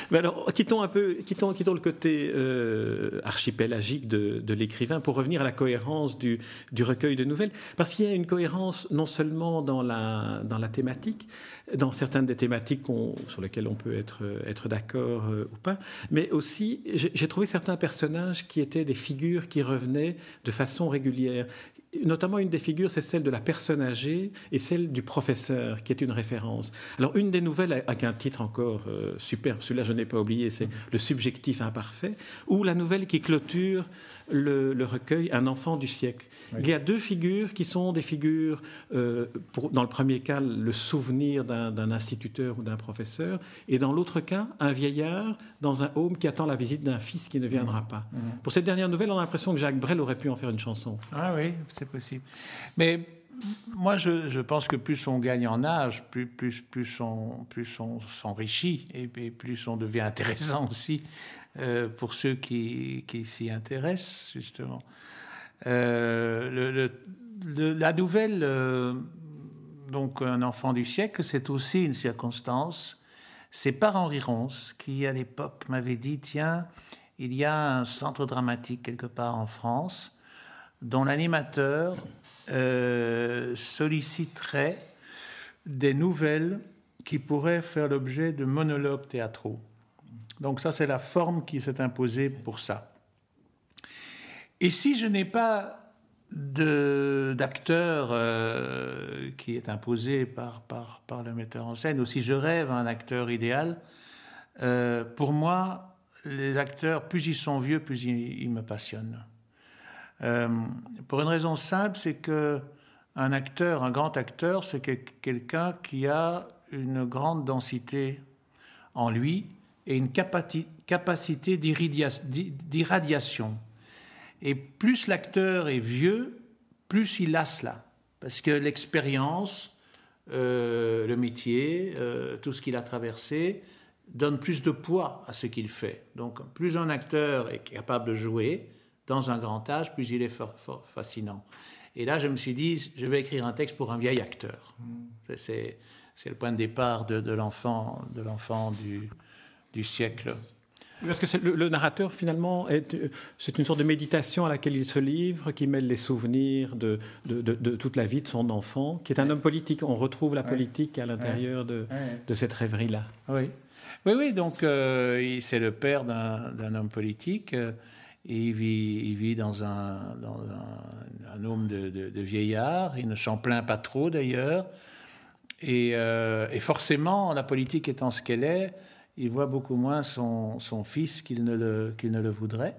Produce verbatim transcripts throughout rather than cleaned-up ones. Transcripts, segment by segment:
Mais alors, quittons un peu, quittons, quittons le côté euh, archipélagique de, de l'écrivain pour revenir à la cohérence du, du recueil de nouvelles, parce qu'il y a une cohérence non seulement dans la, dans la thématique, dans certaines des thématiques qu'on, sur lesquelles on peut être, être d'accord euh, ou pas, mais aussi j'ai, j'ai trouvé certains personnages qui étaient des figures qui revenaient de façon régulière. Notamment, une des figures, c'est celle de la personne âgée et celle du professeur, qui est une référence. Alors, une des nouvelles, avec un titre encore euh, superbe, celui-là je n'ai pas oublié, c'est Le subjectif imparfait, ou la nouvelle qui clôture le, le recueil Un enfant du siècle. Oui. Il y a deux figures qui sont des figures, euh, pour, dans le premier cas, le souvenir d'un, d'un instituteur ou d'un professeur, et dans l'autre cas, un vieillard dans un home qui attend la visite d'un fils qui ne viendra pas. Mmh. Pour cette dernière nouvelle, on a l'impression que Jacques Brel aurait pu en faire une chanson. Ah oui, c'est possible. Mais moi, je, je pense que plus on gagne en âge, plus, plus, plus, on, plus on s'enrichit et, et plus on devient intéressant aussi euh, pour ceux qui, qui s'y intéressent, justement. Euh, le, le, le, la nouvelle, euh, donc Un enfant du siècle, c'est aussi une circonstance. C'est par Henri Ronce qui, à l'époque, m'avait dit, tiens, il y a un centre dramatique quelque part en France dont l'animateur euh, solliciterait des nouvelles qui pourraient faire l'objet de monologues théâtraux. Donc ça, c'est la forme qui s'est imposée pour ça. Et si je n'ai pas de, d'acteur euh, qui est imposé par, par, par le metteur en scène, ou si je rêve à un acteur idéal, euh, pour moi, les acteurs, plus ils sont vieux, plus ils, ils me passionnent. Euh, pour une raison simple, c'est que un acteur, un grand acteur, c'est que, quelqu'un qui a une grande densité en lui et une capati- capacité d'irradia- d'irradiation. Et plus l'acteur est vieux, plus il a cela. Parce que l'expérience, euh, le métier, euh, tout ce qu'il a traversé, donne plus de poids à ce qu'il fait. Donc, plus un acteur est capable de jouer dans un grand âge, plus il est fort, fort fascinant. Et là, je me suis dit, je vais écrire un texte pour un vieil acteur. Mmh. C'est, c'est le point de départ de, de l'enfant, de l'enfant du, du siècle. Parce que c'est le, le narrateur, finalement, est, c'est une sorte de méditation à laquelle il se livre, qui mêle les souvenirs de, de, de, de toute la vie de son enfant, qui est un homme politique. On retrouve la politique à l'intérieur de, de cette rêverie-là. Oui, oui, oui. Donc, euh, c'est le père d'un, d'un homme politique. Euh, et il vit, il vit dans un, dans un, un home de, de, de vieillard. Il ne s'en plaint pas trop, d'ailleurs. Et, euh, et forcément, la politique étant ce qu'elle est, il voit beaucoup moins son, son fils qu'il ne le, qu'il ne le voudrait.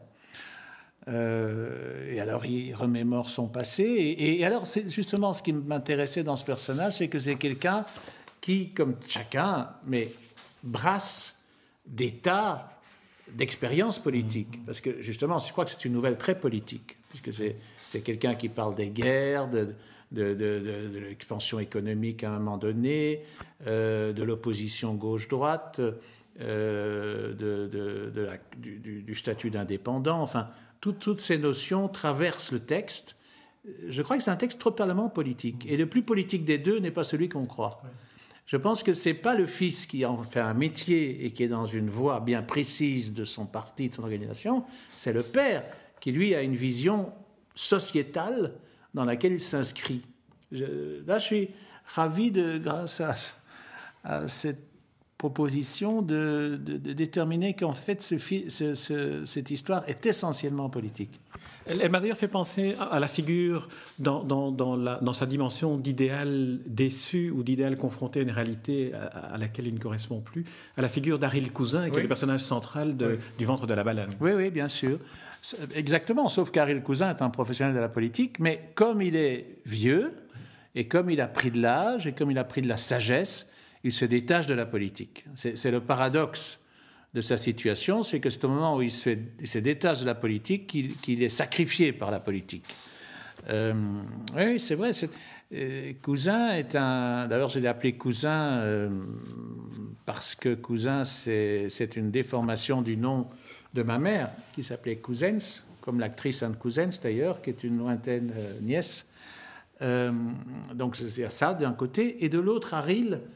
Euh, et alors, il remémore son passé. Et, et alors, c'est justement ce qui m'intéressait dans ce personnage, c'est que c'est quelqu'un qui, comme chacun, mais brasse des tas d'expériences politiques. Parce que, justement, je crois que c'est une nouvelle très politique, puisque c'est, c'est quelqu'un qui parle des guerres, de, de, de, de, de l'expansion économique à un moment donné, euh, de l'opposition gauche-droite, Euh, de, de, de la, du, du, du statut d'indépendant, enfin, tout, toutes ces notions traversent le texte. Je crois que c'est un texte totalement politique. Et le plus politique des deux n'est pas celui qu'on croit. Je pense que ce n'est pas le fils qui en fait un métier et qui est dans une voie bien précise de son parti, de son organisation, c'est le père qui, lui, a une vision sociétale dans laquelle il s'inscrit. Je, là, je suis ravi, de, grâce à, à cette proposition de, de, de déterminer qu'en fait ce, ce, ce, cette histoire est essentiellement politique. Elle, elle m'a d'ailleurs fait penser à la figure dans, dans, dans, la, dans sa dimension d'idéal déçu ou d'idéal confronté à une réalité à, à laquelle il ne correspond plus, à la figure d'Harry Cousin, qui oui. est le personnage central de, oui. du Ventre de la baleine. Oui, oui, bien sûr. Exactement, sauf qu'Harry Cousin est un professionnel de la politique, mais comme il est vieux, et comme il a pris de l'âge, et comme il a pris de la sagesse, il se détache de la politique. C'est, c'est le paradoxe de sa situation, c'est que c'est au moment où il se, fait, il se détache de la politique qu'il, qu'il est sacrifié par la politique. Euh, oui, c'est vrai. C'est, euh, Cousin est un... D'ailleurs, je l'ai appelé Cousin euh, parce que Cousin, c'est, c'est une déformation du nom de ma mère, qui s'appelait Cousens, comme l'actrice Anne Cousens, d'ailleurs, qui est une lointaine euh, nièce. Euh, donc, c'est ça, d'un côté. Et de l'autre, Haril,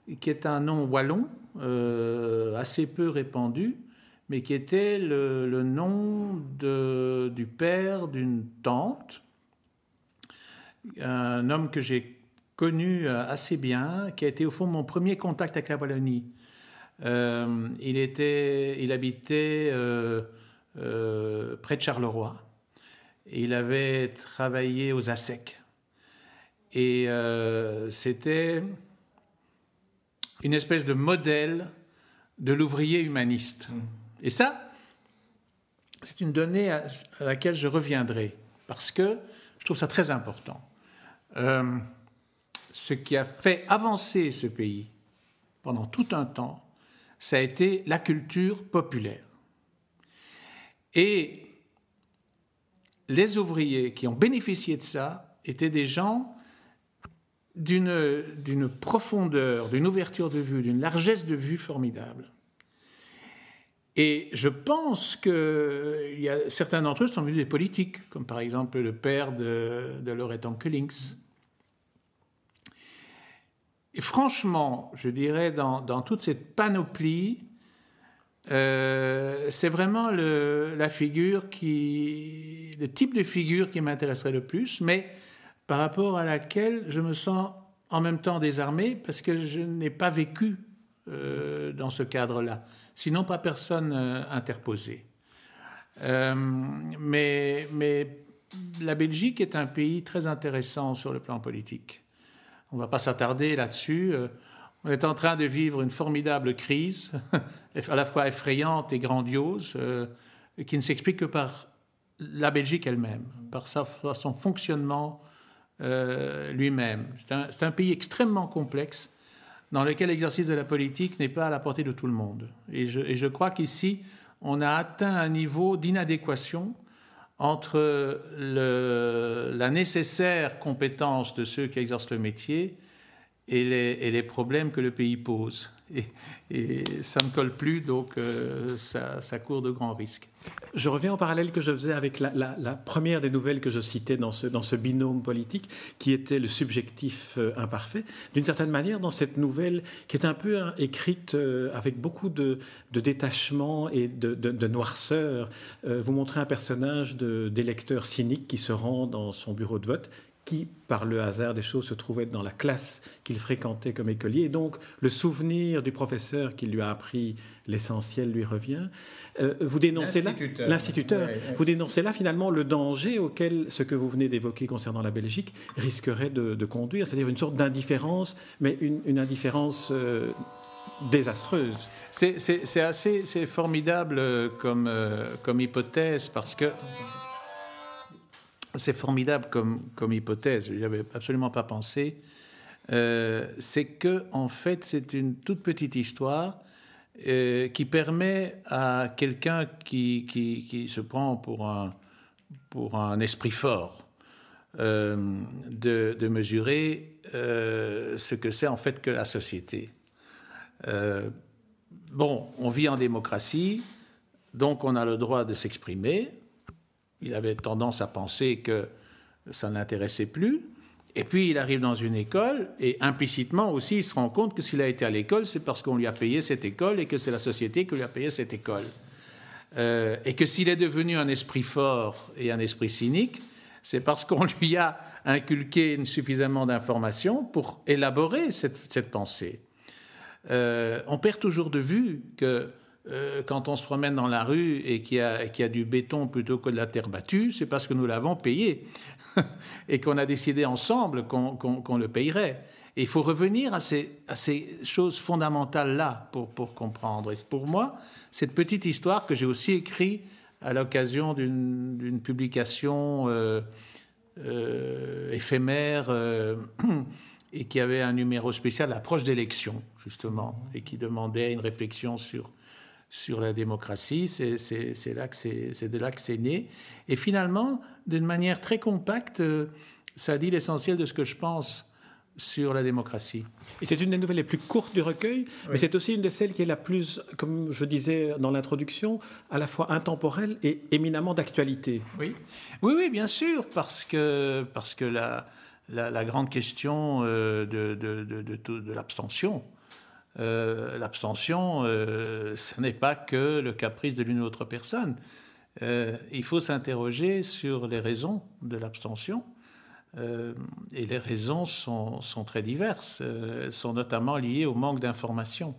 qui est un nom wallon, euh, assez peu répandu, mais qui était le, le nom de, du père d'une tante, un homme que j'ai connu assez bien, qui a été au fond mon premier contact avec la Wallonie. Euh, il, était, il habitait euh, euh, près de Charleroi. Il avait travaillé aux A S E C. Et euh, c'était une espèce de modèle de l'ouvrier humaniste. Mmh. Et ça, c'est une donnée à, à laquelle je reviendrai, parce que je trouve ça très important. Euh, ce qui a fait avancer ce pays pendant tout un temps, ça a été la culture populaire. Et les ouvriers qui ont bénéficié de ça étaient des gens d'une, d'une profondeur, d'une ouverture de vue, d'une largesse de vue formidable. Et je pense que il y a, certains d'entre eux sont devenus des politiques, comme par exemple le père de, de Loretan Cullings. Et franchement, je dirais, dans, dans toute cette panoplie, euh, c'est vraiment le, la figure qui, le type de figure qui m'intéresserait le plus, mais par rapport à laquelle je me sens en même temps désarmé, parce que je n'ai pas vécu euh, dans ce cadre-là. Sinon, pas personne euh, interposé. Euh, mais, mais la Belgique est un pays très intéressant sur le plan politique. On ne va pas s'attarder là-dessus. Euh, on est en train de vivre une formidable crise, à la fois effrayante et grandiose, euh, qui ne s'explique que par la Belgique elle-même, par sa, son fonctionnement euh, lui-même. C'est un, c'est un pays extrêmement complexe, dans lequel l'exercice de la politique n'est pas à la portée de tout le monde. Et je, et je crois qu'ici, on a atteint un niveau d'inadéquation entre le, la nécessaire compétence de ceux qui exercent le métier et les, et les problèmes que le pays pose. Et, et ça ne colle plus, donc euh, ça, ça court de grands risques. Je reviens au parallèle que je faisais avec la, la, la première des nouvelles que je citais dans ce, dans ce binôme politique, qui était le subjectif euh, imparfait. D'une certaine manière, dans cette nouvelle, qui est un peu hein, écrite euh, avec beaucoup de, de détachement et de, de, de noirceur, euh, vous montrez un personnage de, d'électeur cynique qui se rend dans son bureau de vote, qui, par le hasard des choses, se trouvait dans la classe qu'il fréquentait comme écolier. Et donc, le souvenir du professeur qui lui a appris l'essentiel lui revient. Euh, vous dénoncez l'instituteur. là, l'instituteur. Ouais, ouais. Vous dénoncez là, finalement, le danger auquel ce que vous venez d'évoquer concernant la Belgique risquerait de, de conduire, c'est-à-dire une sorte d'indifférence, mais une, une indifférence euh, désastreuse. C'est, c'est, c'est assez c'est formidable comme, euh, comme hypothèse, parce que... C'est formidable comme, comme hypothèse, je n'y avais absolument pas pensé. Euh, c'est que, en fait, c'est une toute petite histoire euh, qui permet à quelqu'un qui, qui, qui se prend pour un, pour un esprit fort euh, de, de mesurer euh, ce que c'est en fait que la société. Euh, bon, on vit en démocratie, donc on a le droit de s'exprimer. Il avait tendance à penser que ça ne l'intéressait plus. Et puis, il arrive dans une école, et implicitement aussi, il se rend compte que s'il a été à l'école, c'est parce qu'on lui a payé cette école et que c'est la société qui lui a payé cette école. Euh, et que s'il est devenu un esprit fort et un esprit cynique, c'est parce qu'on lui a inculqué suffisamment d'informations pour élaborer cette, cette pensée. Euh, on perd toujours de vue que Euh, quand on se promène dans la rue et qu'il y a, qu'il y a du béton plutôt que de la terre battue, c'est parce que nous l'avons payé et qu'on a décidé ensemble qu'on, qu'on, qu'on le payerait. Et il faut revenir à ces, à ces choses fondamentales-là pour, pour comprendre. Et pour moi, cette petite histoire que j'ai aussi écrite à l'occasion d'une, d'une publication euh, euh, éphémère euh, et qui avait un numéro spécial à l'approche d'élections, justement, et qui demandait une réflexion sur sur la démocratie, c'est, c'est, c'est, là que c'est, c'est de là que c'est né. Et finalement, d'une manière très compacte, ça dit l'essentiel de ce que je pense sur la démocratie. Et c'est une des nouvelles les plus courtes du recueil, oui. Mais c'est aussi une de celles qui est la plus, comme je disais dans l'introduction, à la fois intemporelle et éminemment d'actualité. Oui, oui, oui, bien sûr, parce que, parce que la, la, la grande question euh, de, de, de, de, de l'abstention Euh, l'abstention, euh, ce n'est pas que le caprice de l'une ou l'autre personne. Euh, il faut s'interroger sur les raisons de l'abstention. Euh, et les raisons sont, sont très diverses. Euh, elles sont notamment liées au manque d'information,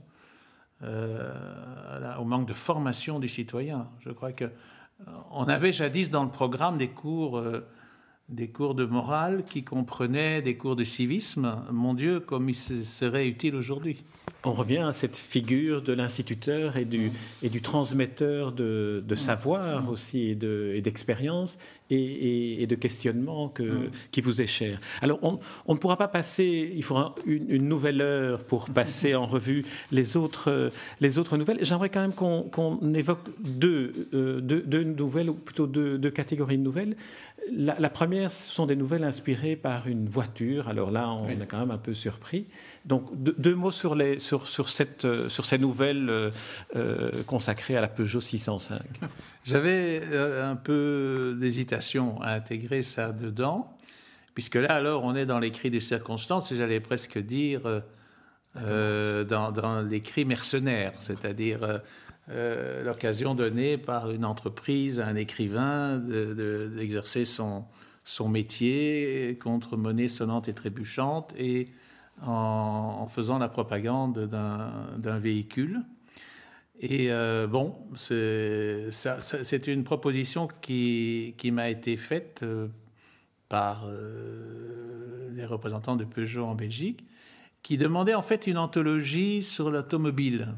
euh, au manque de formation du citoyen. Je crois que on avait jadis dans le programme des cours, euh, des cours de morale qui comprenaient des cours de civisme. Mon Dieu, comme il serait utile aujourd'hui. On revient à cette figure de l'instituteur et du, et du transmetteur de, de savoir mmh. aussi et, de, et d'expérience et, et, et de questionnement que, mmh. qui vous est cher. Alors, on, on ne pourra pas passer, il faudra une, une nouvelle heure pour passer en revue les autres, les autres nouvelles. J'aimerais quand même qu'on, qu'on évoque deux, euh, deux, deux nouvelles, ou plutôt deux, deux catégories de nouvelles. La, la première, ce sont des nouvelles inspirées par une voiture. Alors là, on oui. est quand même un peu surpris. Donc, deux, deux mots sur, les, sur, sur, cette, sur ces nouvelles euh, consacrées à la Peugeot six cent cinq. J'avais un peu d'hésitation à intégrer ça dedans, puisque là, alors, on est dans l'écrit des circonstances, et j'allais presque dire euh, dans, dans l'écrit mercenaire, c'est-à-dire... Euh, Euh, l'occasion donnée par une entreprise à un écrivain de, de, d'exercer son, son métier contre monnaie sonnante et trébuchante et en, en faisant la propagande d'un, d'un véhicule. Et euh, bon, c'est, ça, ça, c'est une proposition qui, qui m'a été faite euh, par euh, les représentants de Peugeot en Belgique, qui demandait en fait une anthologie sur l'automobile.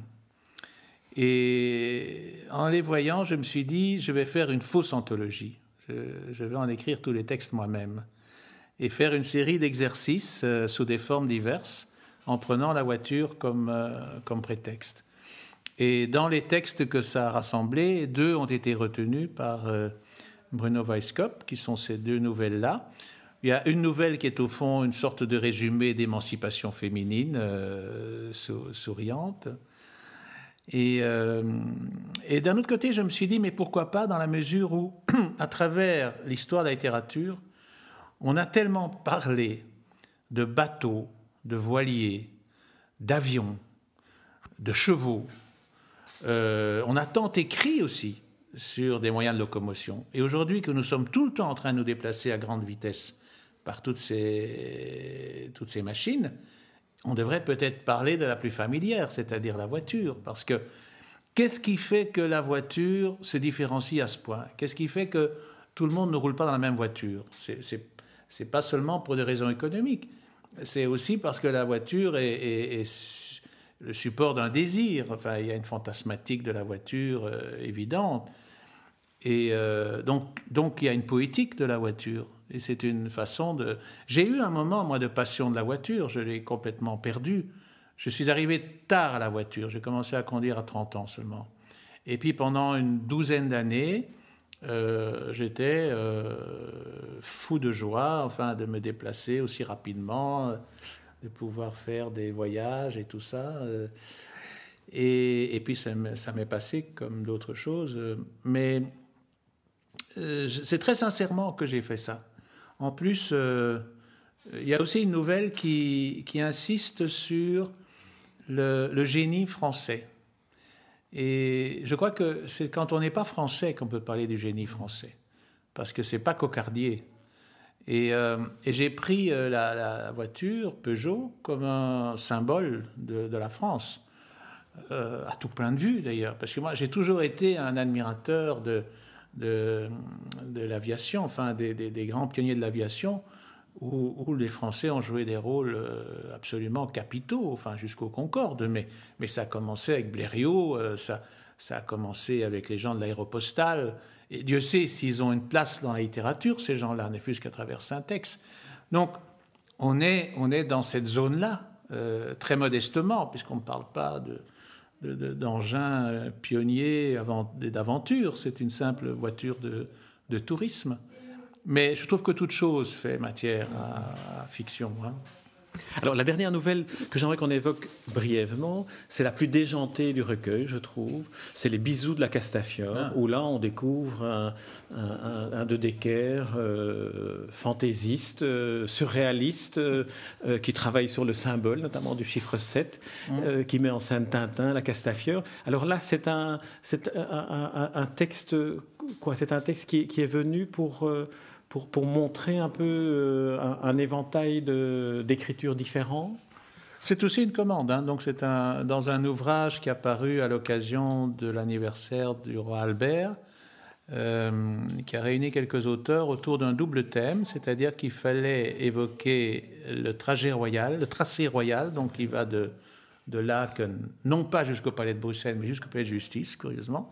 Et en les voyant, je me suis dit, je vais faire une fausse anthologie. Je, je vais en écrire tous les textes moi-même. Et faire une série d'exercices euh, sous des formes diverses, en prenant la voiture comme, euh, comme prétexte. Et dans les textes que ça a rassemblés, deux ont été retenus par euh, Bruno Weisskopf, qui sont ces deux nouvelles-là. Il y a une nouvelle qui est au fond une sorte de résumé d'émancipation féminine, euh, sou- souriante. Et, euh, et d'un autre côté, je me suis dit, mais pourquoi pas, dans la mesure où, à travers l'histoire de la littérature, on a tellement parlé de bateaux, de voiliers, d'avions, de chevaux. Euh, on a tant écrit aussi sur des moyens de locomotion. Et aujourd'hui, que nous sommes tout le temps en train de nous déplacer à grande vitesse par toutes ces, toutes ces machines, on devrait peut-être parler de la plus familière, c'est-à-dire la voiture. Parce que qu'est-ce qui fait que la voiture se différencie à ce point ? Qu'est-ce qui fait que tout le monde ne roule pas dans la même voiture ? C'est, c'est, c'est pas seulement pour des raisons économiques. C'est aussi parce que la voiture est, est, est le support d'un désir. Enfin, il y a une fantasmatique de la voiture euh, évidente. Et euh, donc, donc, il y a une poétique de la voiture. Et c'est une façon de... J'ai eu un moment, moi, de passion de la voiture. Je l'ai complètement perdu. Je suis arrivé tard à la voiture. J'ai commencé à conduire à trente ans seulement. Et puis, pendant une douzaine d'années, euh, j'étais euh, fou de joie, enfin, de me déplacer aussi rapidement, de pouvoir faire des voyages et tout ça. Et, et puis, ça, ça m'est passé comme d'autres choses. Mais euh, c'est très sincèrement que j'ai fait ça. En plus, euh, il y a aussi une nouvelle qui, qui insiste sur le, le génie français. Et je crois que c'est quand on n'est pas français qu'on peut parler du génie français, parce que c'est pas Cocardier. Et, euh, et j'ai pris la, la voiture Peugeot comme un symbole de, de la France, euh, à tout point de vue d'ailleurs, parce que moi j'ai toujours été un admirateur de De, de l'aviation, enfin des, des, des grands pionniers de l'aviation, où, où les Français ont joué des rôles absolument capitaux, enfin jusqu'au Concorde, mais, mais ça a commencé avec Blériot, ça, ça a commencé avec les gens de l'Aéropostale, et Dieu sait s'ils ont une place dans la littérature, ces gens-là, ne fût-ce qu'à travers Saint-Ex. Donc on est, on est dans cette zone-là, euh, très modestement, puisqu'on ne parle pas de... De, de, d'engins pionniers d'aventure, c'est une simple voiture de, de tourisme. Mais je trouve que toute chose fait matière à, à fiction. Hein. Alors la dernière nouvelle que j'aimerais qu'on évoque brièvement, c'est la plus déjantée du recueil, je trouve. C'est Les Bisous de la Castafiore, ah. où là on découvre un, un, un de Decker, euh, fantaisiste, euh, surréaliste, euh, euh, qui travaille sur le symbole, notamment du chiffre sept, mmh. euh, qui met en scène Tintin, la Castafiore. Alors là, c'est un, c'est un, un, un texte, quoi, c'est un texte qui, qui est venu pour... Euh, Pour, pour montrer un peu euh, un, un éventail de, d'écritures différents. C'est aussi une commande. Hein. Donc c'est un, dans un ouvrage qui est apparu à l'occasion de l'anniversaire du roi Albert, euh, qui a réuni quelques auteurs autour d'un double thème, c'est-à-dire qu'il fallait évoquer le trajet royal, le tracé royal, donc qui va de, de Laeken, non pas jusqu'au palais de Bruxelles, mais jusqu'au palais de justice, curieusement.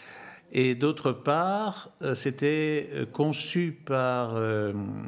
Et d'autre part, euh, c'était conçu par euh,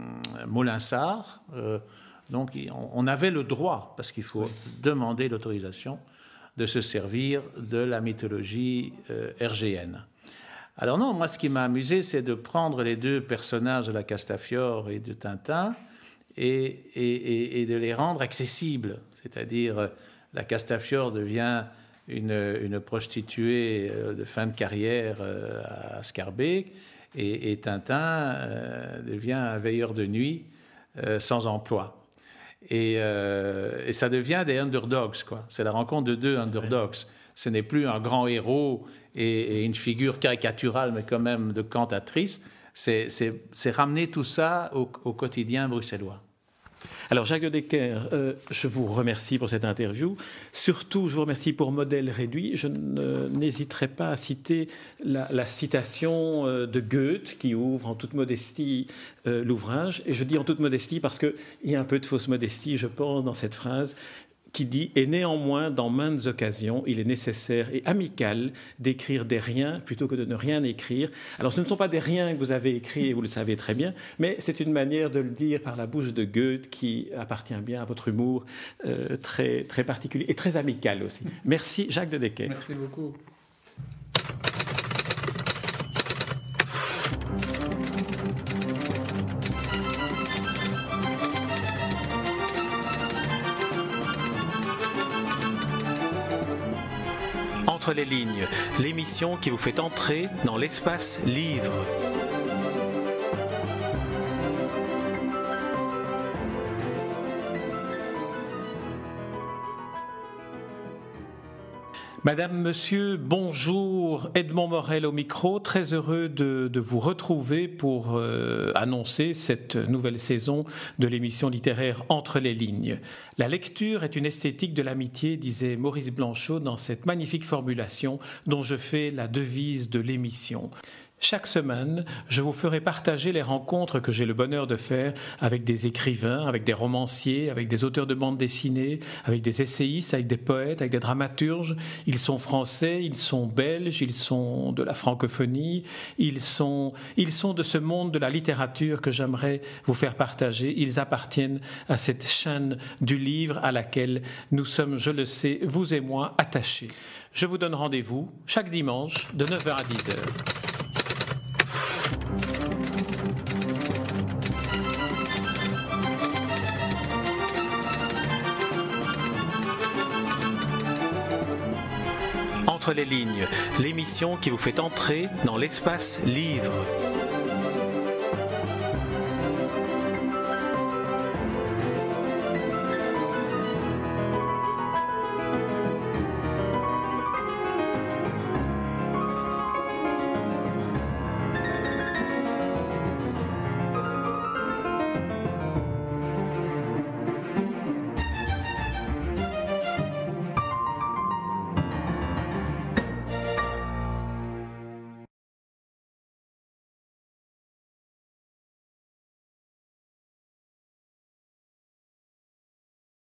Molinsart. Euh, donc, on, on avait le droit, parce qu'il faut oui. demander l'autorisation, de se servir de la mythologie euh, hergéenne. Alors non, moi, ce qui m'a amusé, c'est de prendre les deux personnages de la Castafiore et de Tintin et, et, et, et de les rendre accessibles. C'est-à-dire, la Castafiore devient... Une, une prostituée de fin de carrière à Scarbeck, et, et Tintin euh, devient un veilleur de nuit euh, sans emploi. Et, euh, et ça devient des underdogs, quoi. C'est la rencontre de deux underdogs. Ce n'est plus un grand héros et, et une figure caricaturale, mais quand même de cantatrice. C'est, c'est, c'est ramener tout ça au, au quotidien bruxellois. Alors Jacques de Decker, euh, je vous remercie pour cette interview. Surtout, je vous remercie pour Modèle réduit. Je ne, n'hésiterai pas à citer la, la citation euh, de Goethe qui ouvre en toute modestie euh, l'ouvrage. Et je dis en toute modestie parce qu'il y a un peu de fausse modestie, je pense, dans cette phrase, qui dit « Et néanmoins, dans maintes occasions, il est nécessaire et amical d'écrire des riens plutôt que de ne rien écrire. » Alors, ce ne sont pas des riens que vous avez écrits, et vous le savez très bien, mais c'est une manière de le dire par la bouche de Goethe qui appartient bien à votre humour euh, très, très particulier et très amical aussi. Merci, Jacques de Decker. Merci beaucoup. Entre les lignes, l'émission qui vous fait entrer dans l'espace livre. Madame, Monsieur, bonjour. Edmond Morel au micro. Très heureux de, de vous retrouver pour euh, annoncer cette nouvelle saison de l'émission littéraire Entre les lignes. La lecture est une esthétique de l'amitié, disait Maurice Blanchot dans cette magnifique formulation dont je fais la devise de l'émission. Chaque semaine, je vous ferai partager les rencontres que j'ai le bonheur de faire avec des écrivains, avec des romanciers, avec des auteurs de bande dessinée, avec des essayistes, avec des poètes, avec des dramaturges. Ils sont français, ils sont belges, ils sont de la francophonie, ils sont, ils sont de ce monde de la littérature que j'aimerais vous faire partager. Ils appartiennent à cette chaîne du livre à laquelle nous sommes, je le sais, vous et moi, attachés. Je vous donne rendez-vous chaque dimanche de neuf heures à dix heures. Entre les lignes, l'émission qui vous fait entrer dans l'espace livre.